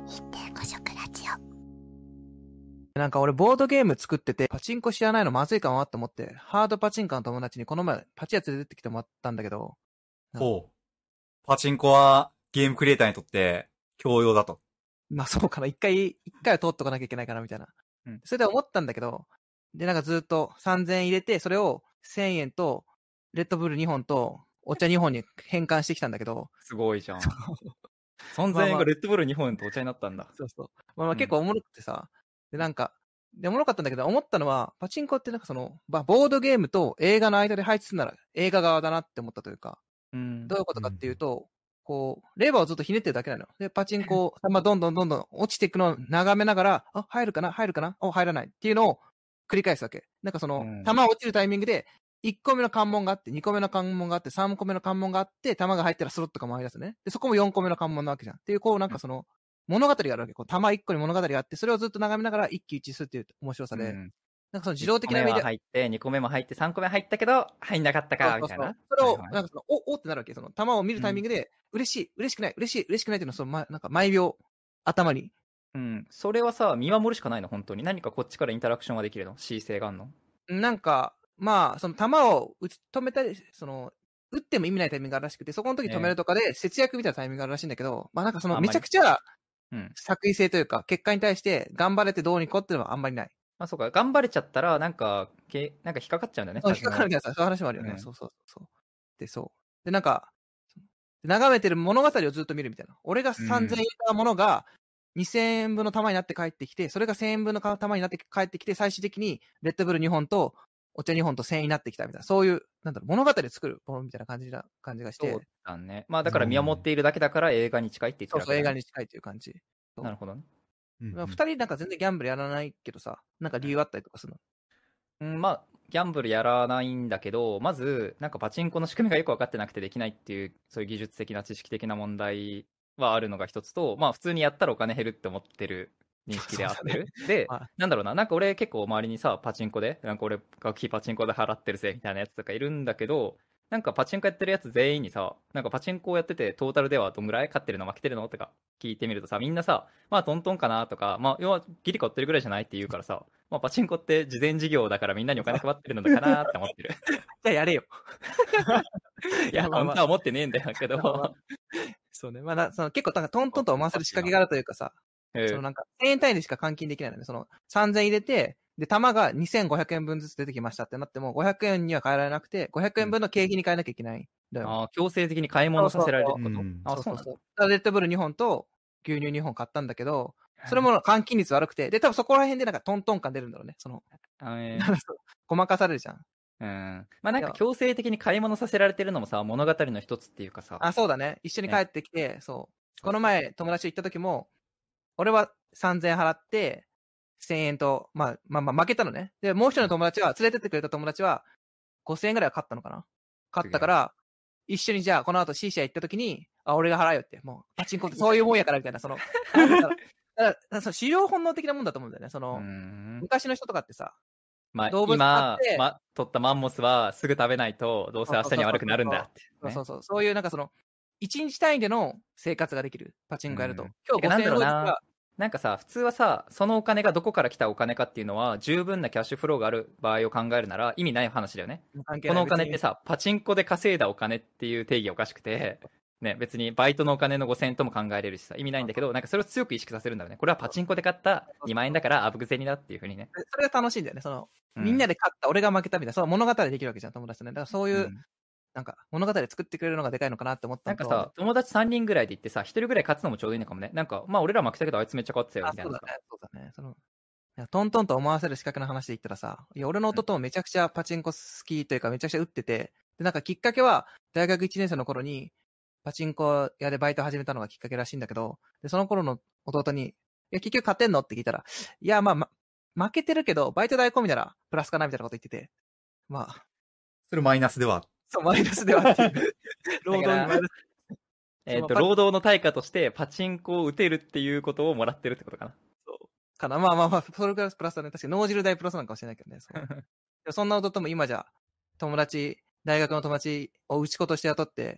日テレ古食ラジオ。 なんか俺ボードゲーム作ってて、パチンコ知らないのまずいかもなと思って、ハードパチンカーの友達にこの前パチ屋連れてってきてもらったんだけど。 ほう。パチンコはゲームクリエイターにとって教養だと。 まあそうかな。一回は通っとかなきゃいけないかなみたいな。 うん。 それで思ったんだけど、でなんかずっと3000円入れて、それを1000円とレッドブル2本とお茶2本に変換してきたんだけど。 すごいじゃん。3000円がレッドブル2本とお茶になったんだ。 そうそう。まあ結構おもろくてさ。でなんか、おもろかったんだけど、思ったのは、パチンコってなんかボードゲームと映画の間で配置するなら映画側だなって思ったというか、どういうことかっていうと、こう、レバーをずっとひねってるだけなの。で、パチンコ、どんどん落ちていくのを眺めながら、あ、入るかな入らないっていうのを繰り返すわけ。なんか弾落ちるタイミングで、1個目の関門があって、2個目の関門があって、3個目の関門があって、弾が入ったらスロットが回り出すね。で、そこも4個目の関門なわけじゃん。っていう、なんか物語があるわけ。弾1個に物語があって、それをずっと眺めながら一喜一憂するっていう面白さで、なんか自動的な意味で。 1個目は入って、2個目も入って、3個目入ったけど、入んなかったか、みたいな。 それを、なんかおってなるわけ。弾を見るタイミングで、嬉しくないっていうのを、なんか毎秒、頭に。 それはさ、見守るしかないの、本当に。何かこっちからインタラクションはできるの？恣意性があるの？ なんか、まあ、弾を止めたり、撃っても意味ないタイミングがあるらしくて、そこの時止めるとかで節約みたいなタイミングがあるらしいんだけど、まあなんかめちゃくちゃ、作為性というか、結果に対して頑張れてどうにこっていうのはあんまりない。 あ、そうか。頑張れちゃったら、なんか引っかかっちゃうんだよね。 引っかかるみたいな、そういう話もあるよね。そう。で、なんか、眺めてる物語をずっと見るみたいな。俺が3000円入れたものが、2000円分の玉になって帰ってきて、それが1000円分の玉になって帰ってきて、最終的にレッドブル2本と、お茶2本と1000円になってきたみたいな、そういう、なんだろう、物語を作るものみたいな感じがして。 そうだね。まあだから見守っているだけだから映画に近いって言ってるわけだね。 そう、映画に近いっていう感じ。 なるほどね。 2人なんか全然ギャンブルやらないけどさ、なんか理由あったりとかするの？まあ、ギャンブルやらないんだけど、まず、なんかパチンコの仕組みがよく分かってなくてできないっていう、そういう技術的な知識的な問題はあるのが一つと、まあ普通にやったらお金減るって思ってる認識で合ってる。で、なんだろうな、なんか俺結構周りにさ、パチンコで、なんか俺学費パチンコで払ってるぜみたいなやつとかいるんだけど、なんかパチンコやってるやつ全員にさ、なんかパチンコをやっててトータルではどんぐらい勝ってるの負けてるのとか聞いてみるとさ、みんなさ、まあトントンかなとか、まあ要はギリ勝ってるぐらいじゃないって言うからさ、まあパチンコって事前事業だからみんなにお金配ってるのかなって思ってる。 じゃあやれよ。 いや、本当は思ってねえんだけど。 そうね。まあ結構トントンと思わせる仕掛けがあるというかさ、なんか1000円単位でしか換金できないので、3000円入れて、で、玉が2500円分ずつ出てきましたってなっても、500円には変えられなくて、500円分の景気に変えなきゃいけない。 ああ、強制的に買い物させられるってこと？ そう。レッドブル2本と牛乳2本買ったんだけど、それも換金率悪くて、で、多分そこら辺でなんかトントン感出るんだろうね。ごまかされるじゃん。 まあなんか強制的に買い物させられてるのもさ、物語の一つっていうかさ。 あ、そうだね。一緒に帰ってきて、そう。この前友達と行った時も、俺は3000円払って、1000円と、まあ負けたのね。で、もう一人の友達は、連れてってくれた友達は、5000円ぐらいは勝ったのかな。勝ったから、一緒にじゃあ、この後 C 社行った時に、あ、俺が払うよって、もう、パチンコってそういうもんやからみたいな、だから資料本能的なもんだと思うんだよね。昔の人とかってさ、 まあ、今、取ったマンモスはすぐ食べないと、どうせ明日に悪くなるんだって。 そういうなんか1日単位での生活ができる。パチンコやると。 今日5000円なんかさ、普通はさ、そのお金がどこから来たお金かっていうのは、十分なキャッシュフローがある場合を考えるなら、意味ない話だよね。このお金ってさ、パチンコで稼いだお金っていう定義がおかしくて、ね、別にバイトのお金の5000円とも考えれるしさ、意味ないんだけど、なんかそれを強く意識させるんだよね。これはパチンコで買った2万円だからあぶく銭だっていう風にね。 それが楽しいんだよね。みんなで勝った、俺が負けたみたいな、その物語できるわけじゃん、友達とね。だからそういう、なんか物語作ってくれるのがでかいのかなって思ったのと。なんかさ、友達3人ぐらいで行ってさ、1人ぐらい勝つのもちょうどいいのかもね。なんか、まあ俺ら負けたけどあいつめっちゃ勝ってたよみたいな。 そうだね。トントンと思わせる仕掛けの話で言ったらさ、いや、俺の弟もめちゃくちゃパチンコ好きというかめちゃくちゃ打ってて、で、なんかきっかけは、大学1年生の頃に、パチンコ屋でバイト始めたのがきっかけらしいんだけど、で、その頃の弟に、いや、結局勝てんのって聞いたら、いや、まあ、負けてるけど、バイト代込みならプラスかなみたいなこと言ってて、まあ。 それマイナスでは？ そう、マイナスではっていう。労働にマイナス。 労働の対価としてパチンコを打てるっていうことをもらってるってことかな。 そうかな。まあ、それくらいプラスだね。確かに脳汁代プラスなんかもしれないけどね。そんな弟も今じゃ、大学の友達を打ち子として雇って、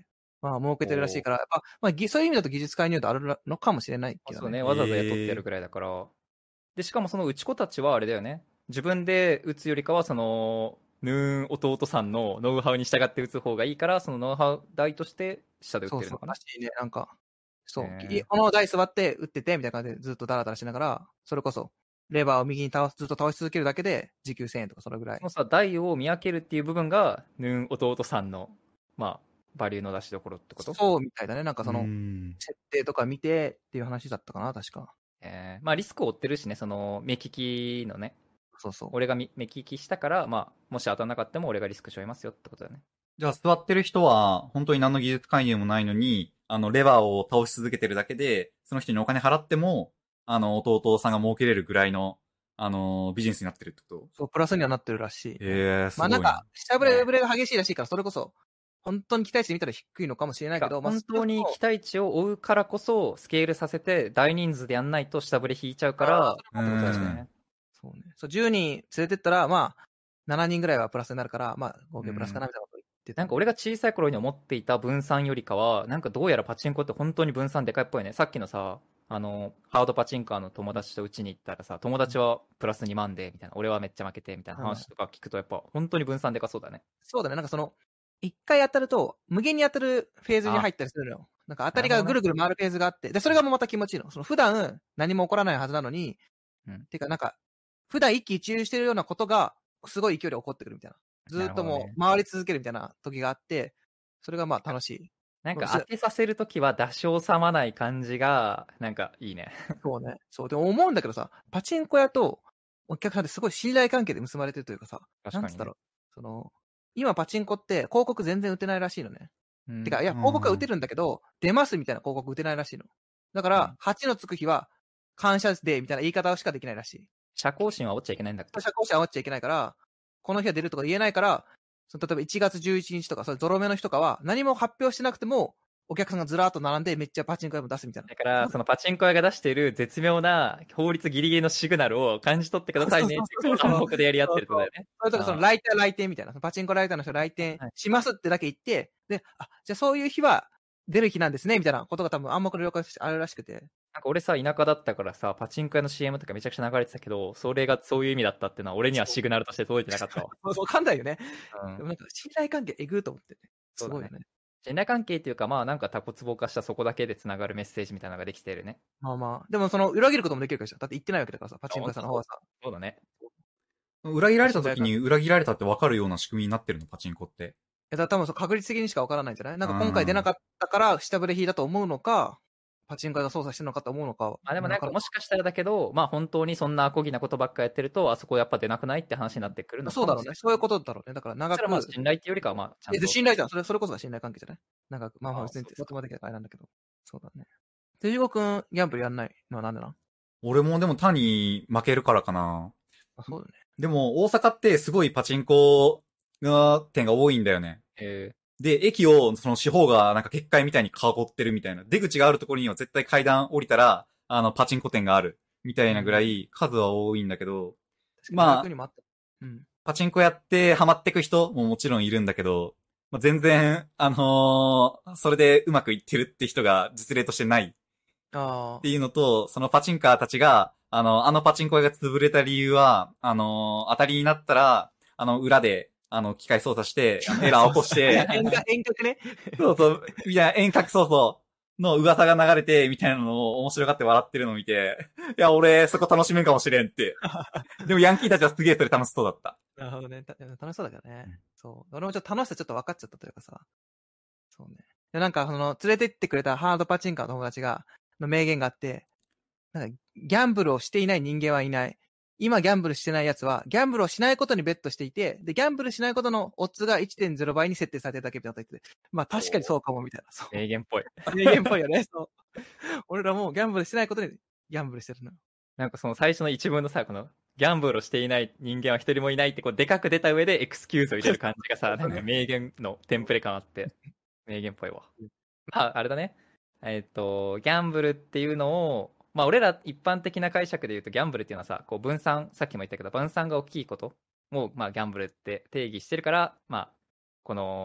まあ、儲けてるらしいから、やっぱまあ、そういう意味だと技術介入度あるのかもしれないけどね。 そうね、わざわざ雇ってやるぐらいだから。で、しかもその打ち子たちはあれだよね。自分で打つよりかは、その、ヌーン弟さんのノウハウに従って打つ方がいいから、そのノウハウ代として下で打っそうそう、 てるのからしいね、なんか、そう、 へーこの台座って打ってて、みたいな感じでずっとダラダラしながら、それこそ、レバーを右にずっと倒し続けるだけで、時給1000円とかそれぐらいその。さ、台を見分けるっていう部分が、ヌーン弟さんの、まあ、バリューの出しどころってことそうみたいだね。なんかその、 うん設定とか見てっていう話だったかな、確か。 まあ、リスクを負ってるしね、その、目利きのね、 そうそう。 俺が目利きしたから、まあ、もし当たんなかったも俺がリスク背負いますよってことだね。 じゃあ座ってる人は、本当に何の技術介入もないのに、レバーを倒し続けてるだけで、その人にお金払っても、弟さんが儲けれるぐらいの、ビジネスになってるってこと？ そう、プラスにはなってるらしい。 すごいな。 まあなんか、下振れ上振れが激しいらしいから、それこそ、本当に期待値で見たら低いのかもしれないけど、まあ、 本当に期待値を追うからこそ、スケールさせて、大人数でやんないと下振れ引いちゃうから、ってことですね。 そうね。そう、10人連れてったら、まあ、7人ぐらいはプラスになるから、まあ、合計プラスかなみたいなこと言ってた。 なんか俺が小さい頃に思っていた分散よりかは、なんかどうやらパチンコって本当に分散でかいっぽいね。さっきのさ、ハードパチンカーの友達とうちに行ったらさ、友達はプラス2万で、みたいな。俺はめっちゃ負けて、みたいな話とか聞くと、やっぱ本当に分散でかそうだね。 そうだね。なんかその、一回当たると、無限に当たるフェーズに入ったりするのよ。なんか当たりがぐるぐる回るフェーズがあって、で、それがもうまた気持ちいいの。その普段何も起こらないはずなのに、てかなんか、普段一喜一憂してるようなことが、すごい勢いで起こってくるみたいな。ずっともう回り続けるみたいな時があって、それがまあ楽しい。 なんか当てさせるときは出し収まない感じが、なんかいいね。 そうね。そう。でも思うんだけどさ、パチンコ屋とお客さんってすごい信頼関係で結ばれてるというかさ、 確かにねなんつったろう。その、今パチンコって広告全然打てないらしいのね。てか、いや、 うん広告は打てるんだけど、出ますみたいな広告打てないらしいの。だから、8のつく日は、感謝デーみたいな言い方しかできないらしい。 社交心は折っちゃいけないんだっけ？ 社交心は煽っちゃいけないから、この日は出るとか言えないから、その例えば1月11日とか、それゾロ目の日とかは、何も発表してなくても、お客さんがずらーっと並んで、めっちゃパチンコ屋も出すみたいな。 だから、そのパチンコ屋が出している絶妙な法律ギリギリのシグナルを感じ取ってくださいねっていう暗黙でやり合ってるってことだよね。 それとか、その来店みたいな。パチンコライターの人来店しますってだけ言って、で、あ、じゃあそういう日は出る日なんですね、みたいなことが多分暗黙の了解としてあるらしくて。 なんか俺さ、田舎だったからさ、パチンコ屋の CM とかめちゃくちゃ流れてたけど、それがそういう意味だったっていうのは俺にはシグナルとして届いてなかったわ。 わかんないよね。 うんでもなんか信頼関係えぐーと思ってね。すごいよね。 信頼関係っていうか、まあなんかタコツボ化したそこだけでつながるメッセージみたいなのができてるね。 まあまあ。でもその裏切ることもできるからでしょ。だって言ってないわけだからさ、パチンコ屋さんの方はさ。 そうだね。 裏切られた時に裏切られたって分かるような仕組みになってるの、パチンコって。 だから多分確率的にしかわからないんじゃない？なんか今回出なかったから下振れ引いだと思うのか、パチンコ屋が操作してるのかと思うのか。 まあでもなんかもしかしたらだけど、まあ本当にそんなアコギなことばっかやってると、あそこやっぱ出なくないって話になってくるのかもしれない。 そうだろうね。そういうことだろうね。だから長く。 まあ信頼っていうよりかはまあちゃんと。 信頼じゃん。それこそが信頼関係じゃない？長く。まあまあ別にそこまであれなんだけど。そうだね。手地くん、ギャンブルやんないのはなんでなん？ 俺もでも単に負けるからかな。 あ、そうだね。 でも大阪ってすごいパチンコの店が多いんだよね。で、駅をその四方がなんか結界みたいに囲ってるみたいな。出口があるところには絶対階段降りたら、パチンコ店がある。みたいなぐらい数は多いんだけど、まあ、パチンコやってハマってく人ももちろんいるんだけど、まあ、全然、それでうまくいってるって人が実例としてない。っていうのと、そのパチンカーたちが、パチンコ屋が潰れた理由は、当たりになったら、裏で、機械操作して、エラーを起こして。 遠隔ね。 そうそう、みたいな遠隔操作の噂が流れて、みたいなのを面白がって笑ってるのを見て、いや、俺、そこ楽しめんかもしれんって。でもヤンキーたちはすげえそれ楽しそうだった。 なるほどね。楽しそうだけどね。そう。俺もちょっと楽しさちょっと分かっちゃったというかさ。そうね。で、なんか、連れてってくれたハードパチンカーの友達の名言があって、なんか、ギャンブルをしていない人間はいない。今ギャンブルしてない奴は、ギャンブルをしないことにベットしていて、で、ギャンブルしないことのオッズが 1.0 倍に設定されてるだけみたいなこと言ってて、まあ確かにそうかもみたいな。そう。 名言っぽい。 名言っぽいよね。そう。俺らもギャンブルしてないことにギャンブルしてるの。 なんかその最初の一文のさ、この、ギャンブルをしていない人間は一人もいないって、こう、でかく出た上でエクスキューズを入れる感じがさ、なんか名言のテンプレ感あって、名言っぽいわ。まあ、あれだね。ギャンブルっていうのを、まあ、俺ら一般的な解釈で言うと、ギャンブルっていうのはさ、こう分散、さっきも言ったけど、分散が大きいことを、まあ、ギャンブルって定義してるから、まあ、この、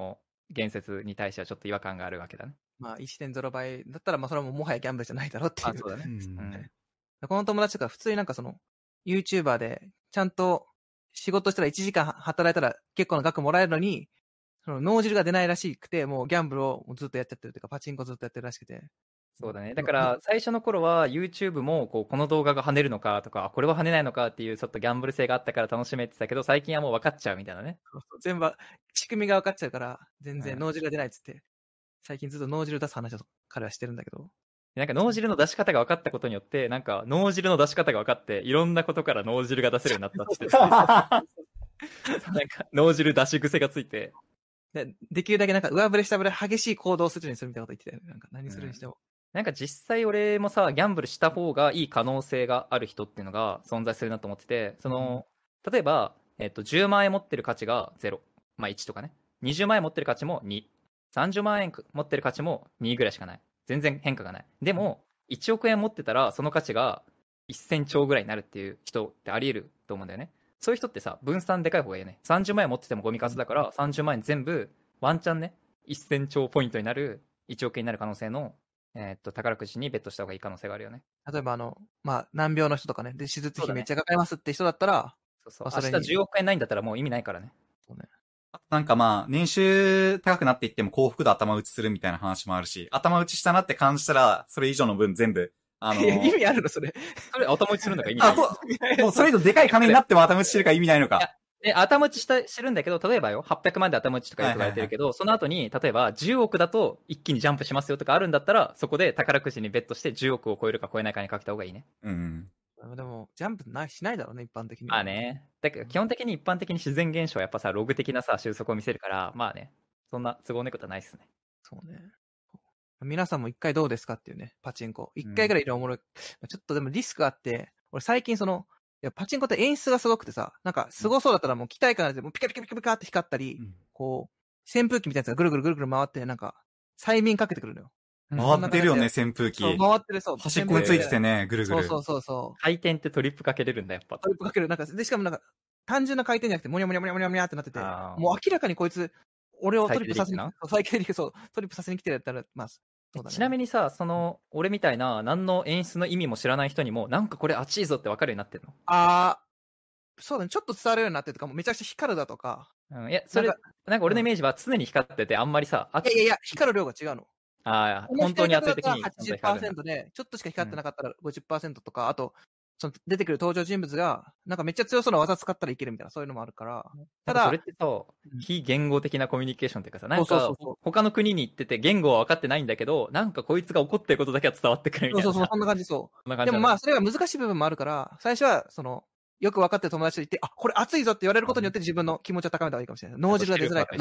言説に対してはちょっと違和感があるわけだね。 まあ、1.0 倍だったら、まあ、それはもはやギャンブルじゃないだろうっていう。 そうだね。 この友達とか普通になんかYouTuber で、ちゃんと仕事したら1時間働いたら結構な額もらえるのに、脳汁が出ないらしくて、もうギャンブルをずっとやっちゃってるというか、パチンコずっとやってるらしくて。 そうだね。だから、最初の頃は YouTube も、この動画が跳ねるのかとか、これは跳ねないのかっていう、ちょっとギャンブル性があったから楽しめてたけど、最近はもう分かっちゃうみたいなね。 全部、仕組みが分かっちゃうから、全然脳汁が出ないっつって、最近ずっと脳汁出す話を彼はしてるんだけど。 なんか脳汁の出し方が分かったことによって、なんか脳汁の出し方が分かって、いろんなことから脳汁が出せるようになったってなんか脳汁出し癖がついて。 できるだけなんか上振れ下振れ激しい行動をするようにするみたいなこと言ってたよね。なんか何するにしても。 なんか実際俺もさ、ギャンブルした方がいい可能性がある人っていうのが存在するなと思ってて、例えば、10万円持ってる価値が0。まあ1とかね。20万円持ってる価値も2。30万円持ってる価値も2ぐらいしかない。全然変化がない。でも、1億円持ってたらその価値が1000兆ぐらいになるっていう人ってあり得ると思うんだよね。そういう人ってさ、分散でかい方がいいよね。30万円持っててもゴミ数だから、30万円全部、ワンチャンね、1000兆ポイントになる、1億円になる可能性の、宝くじにベットした方がいい可能性があるよね。 例えばまあ、難病の人とかね、で、手術費めっちゃかかりますって人だったら、 そうそう。明日10億円ないんだったらもう意味ないからね。 そうね。 なんかまあ、年収高くなっていっても幸福度頭打ちするみたいな話もあるし、頭打ちしたなって感じたら、それ以上の分全部、 いや、意味あるのそれ。 それ頭打ちするんだから意味ない。 もうそれ以上でかい金になっても頭打ちしてるから意味ないのか。 頭打ちしてるんだけど、例えばよ、800万で頭打ちとかよく言われてるけど、その後に、例えば10億だと一気にジャンプしますよとかあるんだったら、そこで宝くじにベットして10億を超えるか超えないかにかけた方がいいね。 うん。 でも、ジャンプしないだろうね、一般的に。 まあね。だけど、基本的に一般的に自然現象はやっぱさ、ログ的なさ、収束を見せるから、まあね、そんな都合のいいことはないっすね。 そうね。皆さんも一回どうですかっていうね、パチンコ。一回ぐらいおもろい。ちょっとでもリスクあって、俺最近パチンコって演出がすごくてさ、なんかすごそうだったらもう期待感でもうピカピカピカピカって光ったり、こう、扇風機みたいなやつがぐるぐるぐるぐる回って、なんか、催眠かけてくるのよ。 回ってるよね、扇風機。 そう、回ってる、そう。 端っこについててね、ぐるぐる。 そう。 回転ってトリップかけれるんだ、やっぱ。 トリップかける。なんか、で、しかもなんか、単純な回転じゃなくて、もにゃもにゃもにゃもにゃもにゃってなってて、もう明らかにこいつ、俺をトリップさせに、サイケデリック、そう、トリップさせに来てるやったら、まあ、そうだね。 ちなみにさ、俺みたいな、何の演出の意味も知らない人にも、なんかこれ熱いぞって分かるようになってるの？ そうだね。ちょっと伝わるようになってるとか、もうめちゃくちゃ光るだとか。 いや、それ、なんか俺のイメージは常に光ってて、あんまりさ、 いや、光る量が違うの。 本当に熱い時に。 80% で、ちょっとしか光ってなかったら 50% とか、あと、出てくる登場人物が、なんかめっちゃ強そうな技使ったらいけるみたいな、そういうのもあるから。 ただ、それってさ、非言語的なコミュニケーションっていうかさ、なんか、他の国に行ってて言語は分かってないんだけど、なんかこいつが怒ってることだけは伝わってくるみたいな。 そう、そんな感じそう。でもまあ、それが難しい部分もあるから、最初は、よく分かってる友達と言って、これ熱いぞって言われることによって自分の気持ちを高めた方がいいかもしれない。脳汁が出づらいから。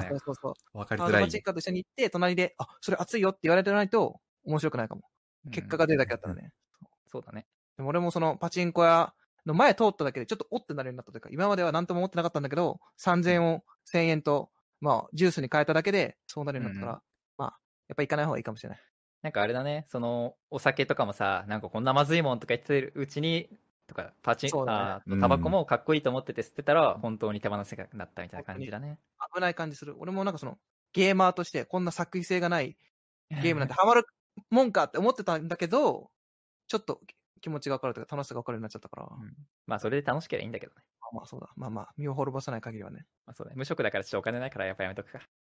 そう。 分かりづらい。 マチッカーと一緒に行って、隣で、それ熱いよって言われてないと、面白くないかも。結果が出るだけだったらね。 そうだね。 でも俺もパチンコ屋の前通っただけでちょっとおってなるようになったというか、今までは何とも思ってなかったんだけど、3000円を1000円と、まあ、ジュースに変えただけで、そうなるようになったから、まあ、やっぱ行かない方がいいかもしれない。 なんかあれだね、お酒とかもさ、なんかこんなまずいもんとか言ってるうちに、とか、タバコもかっこいいと思ってて吸ってたら、本当に手放せなくなったみたいな感じだね。 危ない感じする。俺もなんかゲーマーとしてこんな作為性がないゲームなんてハマるもんかって思ってたんだけど、ちょっと気持ちが分かるというか楽しさが分かるようになっちゃったから。 まあそれで楽しければいいんだけどね。 まあそうだ。まあ身を滅ぼさない限りはね。 まあそうだね。無職だからちょっとお金ないからやっぱやめとくか。